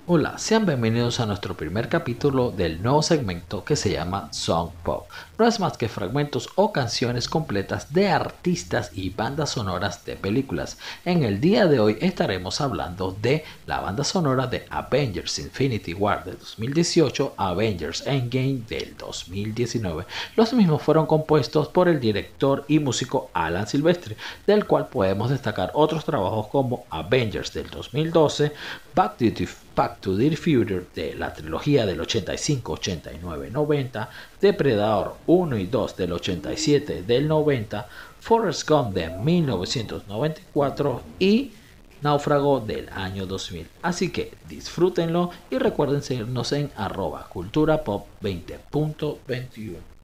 Hola, sean bienvenidos a nuestro primer capítulo del nuevo segmento que se llama Song Pop. No es más que fragmentos o canciones completas de artistas y bandas sonoras de películas. En el día de hoy estaremos hablando de la banda sonora de Avengers Infinity War de 2018, Avengers Endgame del 2019. Los mismos fueron compuestos por el director y músico Alan Silvestri, del cual podemos destacar otros trabajos como Avengers del 2012, Back to the Future de la trilogía del 85, 89, 90, Depredador 1 y 2 del 87, del 90, Forrest Gump de 1994 y Náufrago del año 2000. Así que disfrútenlo y recuerden seguirnos en @culturapop20.21.